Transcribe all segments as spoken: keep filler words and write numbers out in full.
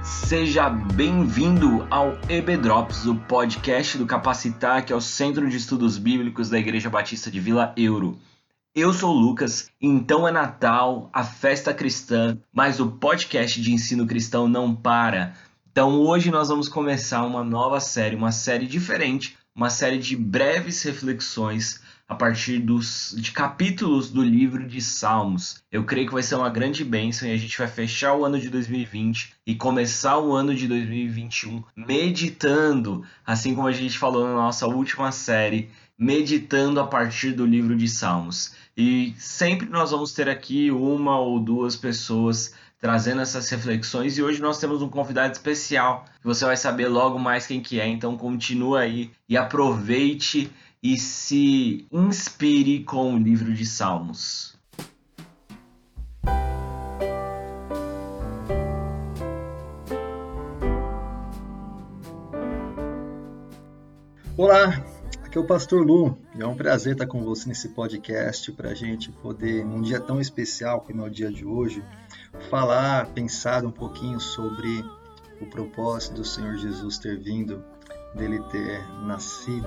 Seja bem-vindo ao E B Drops, o podcast do Capacitar, que é o Centro de Estudos Bíblicos da Igreja Batista de Vila Euro. Eu sou o Lucas, então é Natal, a festa cristã, mas o podcast de ensino cristão não para. Então hoje nós vamos começar uma nova série, uma série diferente, uma série de breves reflexões a partir dos, de capítulos do livro de Salmos. Eu creio que vai ser uma grande bênção e a gente vai fechar o ano de dois mil e vinte e começar o ano de dois mil e vinte e um meditando, assim como a gente falou na nossa última série, meditando a partir do livro de Salmos. E sempre nós vamos ter aqui uma ou duas pessoas trazendo essas reflexões, e hoje nós temos um convidado especial, que você vai saber logo mais quem que é, então continua aí e aproveite e se inspire com o livro de Salmos. Olá, aqui é o Pastor Lu. É um prazer estar com você nesse podcast para a gente poder, num dia tão especial como é o dia de hoje, falar, pensar um pouquinho sobre o propósito do Senhor Jesus ter vindo, dele ter nascido.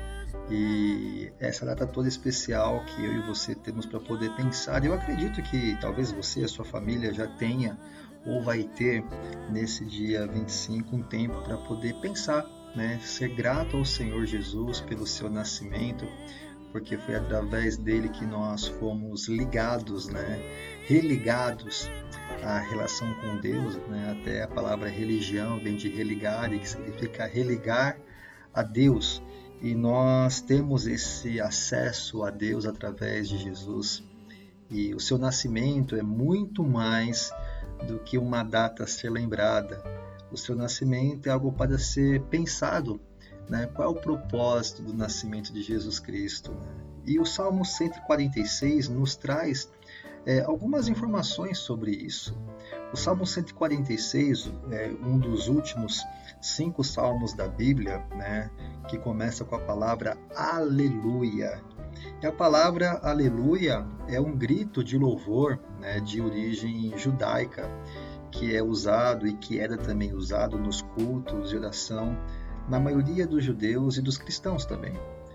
E essa data toda especial que eu e você temos para poder pensar. Eu acredito que talvez você e a sua família já tenha ou vai ter nesse dia vinte e cinco um tempo para poder pensar, né? Ser grato ao Senhor Jesus pelo seu nascimento, porque foi através dele que nós fomos ligados, né? Religados à relação com Deus, né? Até a palavra religião vem de religare, que significa religar a Deus. E nós temos esse acesso a Deus através de Jesus. E o seu nascimento é muito mais do que uma data a ser lembrada. O seu nascimento é algo para ser pensado, né? Qual é o propósito do nascimento de Jesus Cristo? E o Salmo cento e quarenta e seis nos traz é, algumas informações sobre isso. O Salmo cento e quarenta e seis é um dos últimos cinco salmos da Bíblia, né, que começa com a palavra aleluia. E a palavra aleluia é um grito de louvor, né, de origem judaica, que é usado e que era também usado nos cultos de oração na maioria dos judeus e dos cristãos também.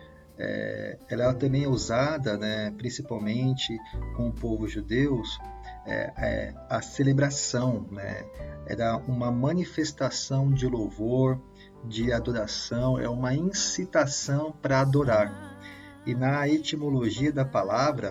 É, ela também é usada, né, principalmente com o povo judeu, é, é, a celebração, né, era uma manifestação de louvor, de adoração, é uma incitação para adorar. E na etimologia da palavra,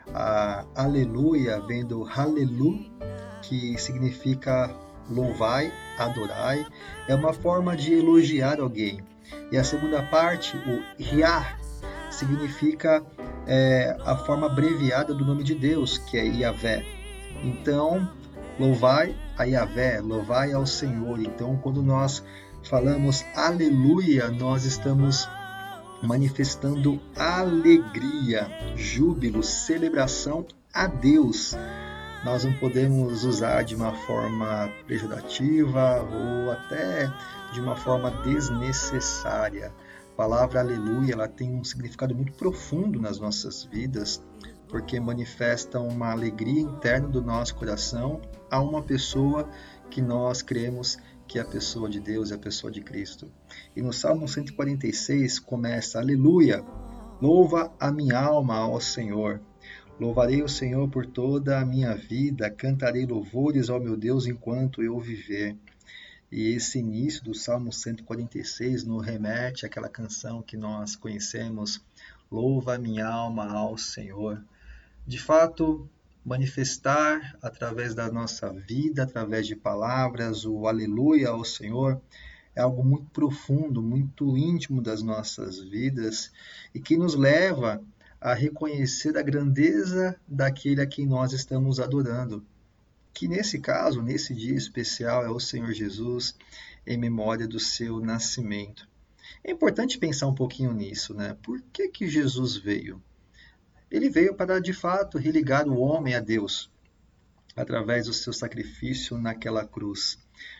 a aleluia vem do halelu, que significa louvai, adorai, é uma forma de elogiar alguém. E a segunda parte, o riah, significa é, a forma abreviada do nome de Deus, que é Yahvé. Então, louvai a Yahvé, louvai ao Senhor. Então, quando nós falamos aleluia, nós estamos manifestando alegria, júbilo, celebração a Deus. Nós não podemos usar de uma forma pejorativa ou até de uma forma desnecessária. A palavra aleluia, ela tem um significado muito profundo nas nossas vidas, porque manifesta uma alegria interna do nosso coração a uma pessoa que nós cremos que é a pessoa de Deus, é a pessoa de Cristo. E no Salmo cento e quarenta e seis começa, aleluia, louva a minha alma ao Senhor. Louvarei o Senhor por toda a minha vida, cantarei louvores ao meu Deus enquanto eu viver. E esse início do Salmo cento e quarenta e seis nos remete àquela canção que nós conhecemos, louva a minha alma ao Senhor. De fato, manifestar através da nossa vida, através de palavras, o aleluia ao Senhor, é algo muito profundo, muito íntimo das nossas vidas e que nos leva a reconhecer a grandeza daquele a quem nós estamos adorando. Que nesse caso, nesse dia especial, é o Senhor Jesus, em memória do seu nascimento. É importante pensar um pouquinho nisso, né? Por que que Jesus veio? Ele veio para, de fato, religar o homem a Deus, através do seu sacrifício naquela cruz.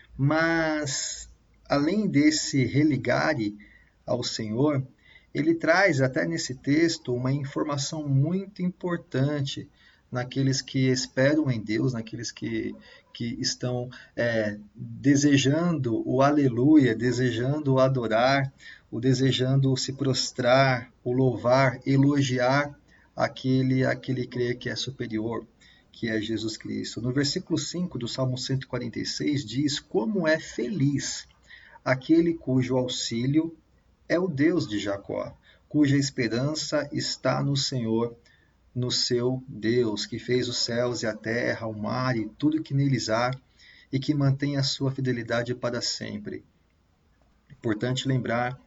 Mas, além desse religare ao Senhor, ele traz até nesse texto uma informação muito importante naqueles que esperam em Deus, naqueles que, que estão é, desejando o aleluia, desejando o adorar, o desejando se prostrar, o louvar, elogiar aquele, aquele crer que é superior, que é Jesus Cristo. No versículo cinco do Salmo cento e quarenta e seis diz: como é feliz aquele cujo auxílio é o Deus de Jacó, cuja esperança está no Senhor, no seu Deus, que fez os céus e a terra, o mar e tudo que neles há, e que mantém a sua fidelidade para sempre. Importante lembrar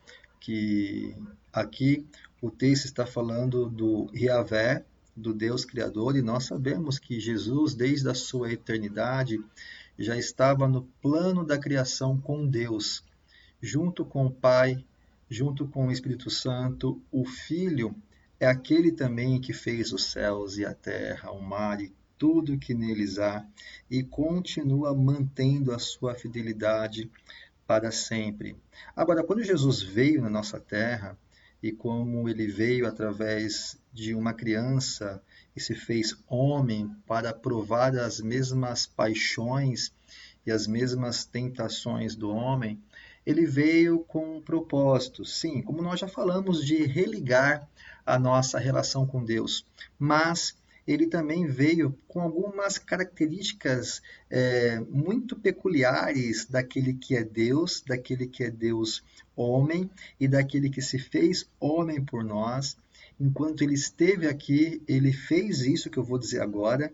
que aqui o texto está falando do Yahvé, do Deus Criador, e nós sabemos que Jesus, desde a sua eternidade, já estava no plano da criação com Deus, junto com o Pai, junto com o Espírito Santo. O Filho é aquele também que fez os céus e a terra, o mar e tudo que neles há, e continua mantendo a sua fidelidade para sempre. Agora, quando Jesus veio na nossa terra, e como ele veio através de uma criança e se fez homem para provar as mesmas paixões e as mesmas tentações do homem, ele veio com um propósito, sim, como nós já falamos, de religar a nossa relação com Deus, mas ele também veio com algumas características é, muito peculiares daquele que é Deus, daquele que é Deus homem e daquele que se fez homem por nós. Enquanto ele esteve aqui, ele fez isso que eu vou dizer agora,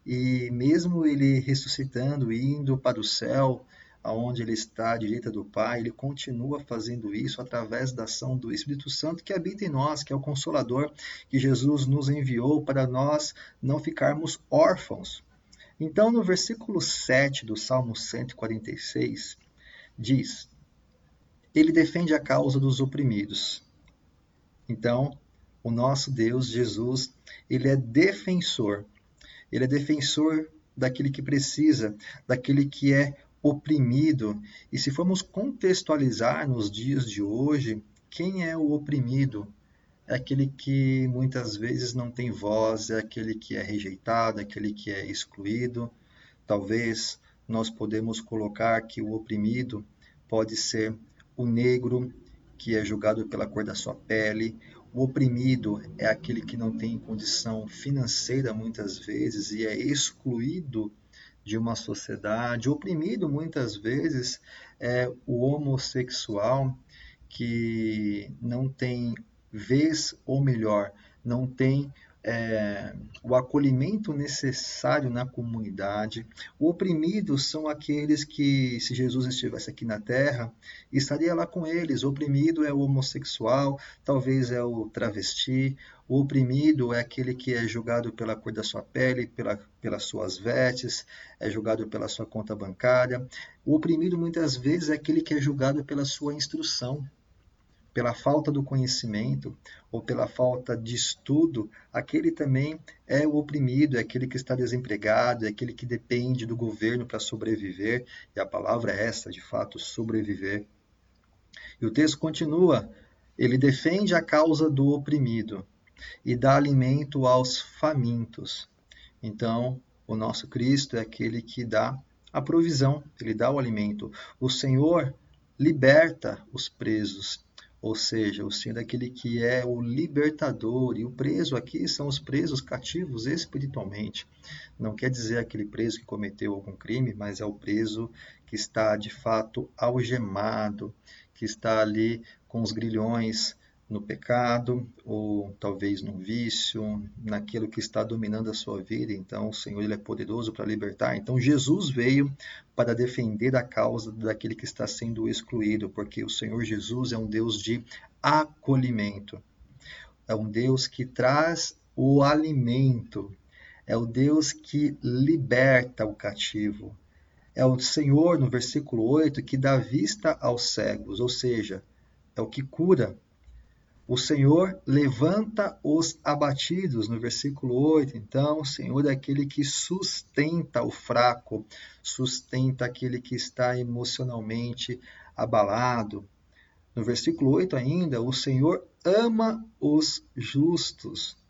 e mesmo ele ressuscitando, indo para o céu, aonde ele está à direita do Pai, ele continua fazendo isso através da ação do Espírito Santo que habita em nós, que é o Consolador que Jesus nos enviou para nós não ficarmos órfãos. Então, no versículo sete do Salmo cento e quarenta e seis, diz: ele defende a causa dos oprimidos. Então, o nosso Deus, Jesus, ele é defensor. Ele é defensor daquele que precisa, daquele que é oprimido. E se formos contextualizar nos dias de hoje, quem é o oprimido? É aquele que muitas vezes não tem voz, é aquele que é rejeitado, é aquele que é excluído. Talvez nós podemos colocar que o oprimido pode ser o negro, que é julgado pela cor da sua pele. O oprimido é aquele que não tem condição financeira muitas vezes e é excluído de uma sociedade. O oprimido muitas vezes é o homossexual que não tem vez, ou melhor, não tem é, o acolhimento necessário na comunidade. O oprimido são aqueles que, se Jesus estivesse aqui na Terra, estaria lá com eles. O oprimido é o homossexual, talvez é o travesti. O oprimido é aquele que é julgado pela cor da sua pele, pela, pelas suas vestes, é julgado pela sua conta bancária. O oprimido muitas vezes é aquele que é julgado pela sua instrução, pela falta do conhecimento ou pela falta de estudo. Aquele também é o oprimido, é aquele que está desempregado, é aquele que depende do governo para sobreviver, e a palavra é essa, de fato, sobreviver. E o texto continua: ele defende a causa do oprimido e dá alimento aos famintos. Então, o nosso Cristo é aquele que dá a provisão, ele dá o alimento. O Senhor liberta os presos, ou seja, o Senhor é aquele que é o libertador, e o preso aqui são os presos cativos espiritualmente. Não quer dizer aquele preso que cometeu algum crime, mas é o preso que está de fato algemado, que está ali com os grilhões no pecado, ou talvez no vício, naquilo que está dominando a sua vida. Então, o Senhor ele é poderoso para libertar. Então, Jesus veio para defender a causa daquele que está sendo excluído, porque o Senhor Jesus é um Deus de acolhimento. É um Deus que traz o alimento. É o Deus que liberta o cativo. É o Senhor, no versículo oito, que dá vista aos cegos, ou seja, é o que cura. O Senhor levanta os abatidos, no versículo oito. Então, o Senhor é aquele que sustenta o fraco, sustenta aquele que está emocionalmente abalado. No versículo oito ainda, o Senhor ama os justos.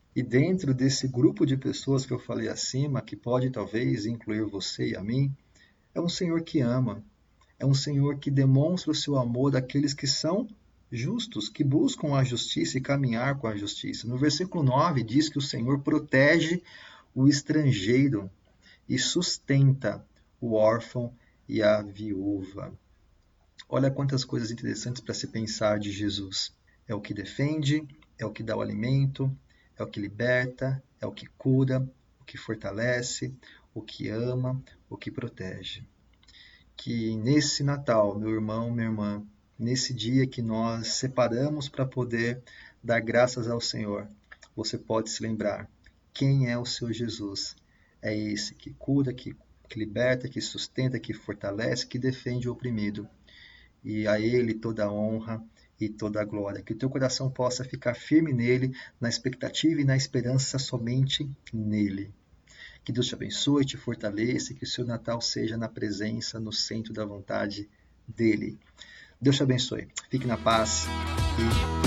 E dentro desse grupo de pessoas que eu falei acima, que pode talvez incluir você e a mim, é um Senhor que ama, é um Senhor que demonstra o seu amor daqueles que são justos, que buscam a justiça e caminhar com a justiça. No versículo nove diz que o Senhor protege o estrangeiro e sustenta o órfão e a viúva. Olha quantas coisas interessantes para se pensar de Jesus. É o que defende, é o que dá o alimento, é o que liberta, é o que cura, o que fortalece, o que ama, o que protege. Que nesse Natal, meu irmão, minha irmã, nesse dia que nós separamos para poder dar graças ao Senhor, você pode se lembrar quem é o seu Jesus. É esse que cura, que, que liberta, que sustenta, que fortalece, que defende o oprimido. E a Ele toda a honra e toda a glória. Que o teu coração possa ficar firme nele, na expectativa e na esperança somente nele. Que Deus te abençoe, te fortaleça, que o seu Natal seja na presença, no centro da vontade dele. Deus te abençoe. Fique na paz e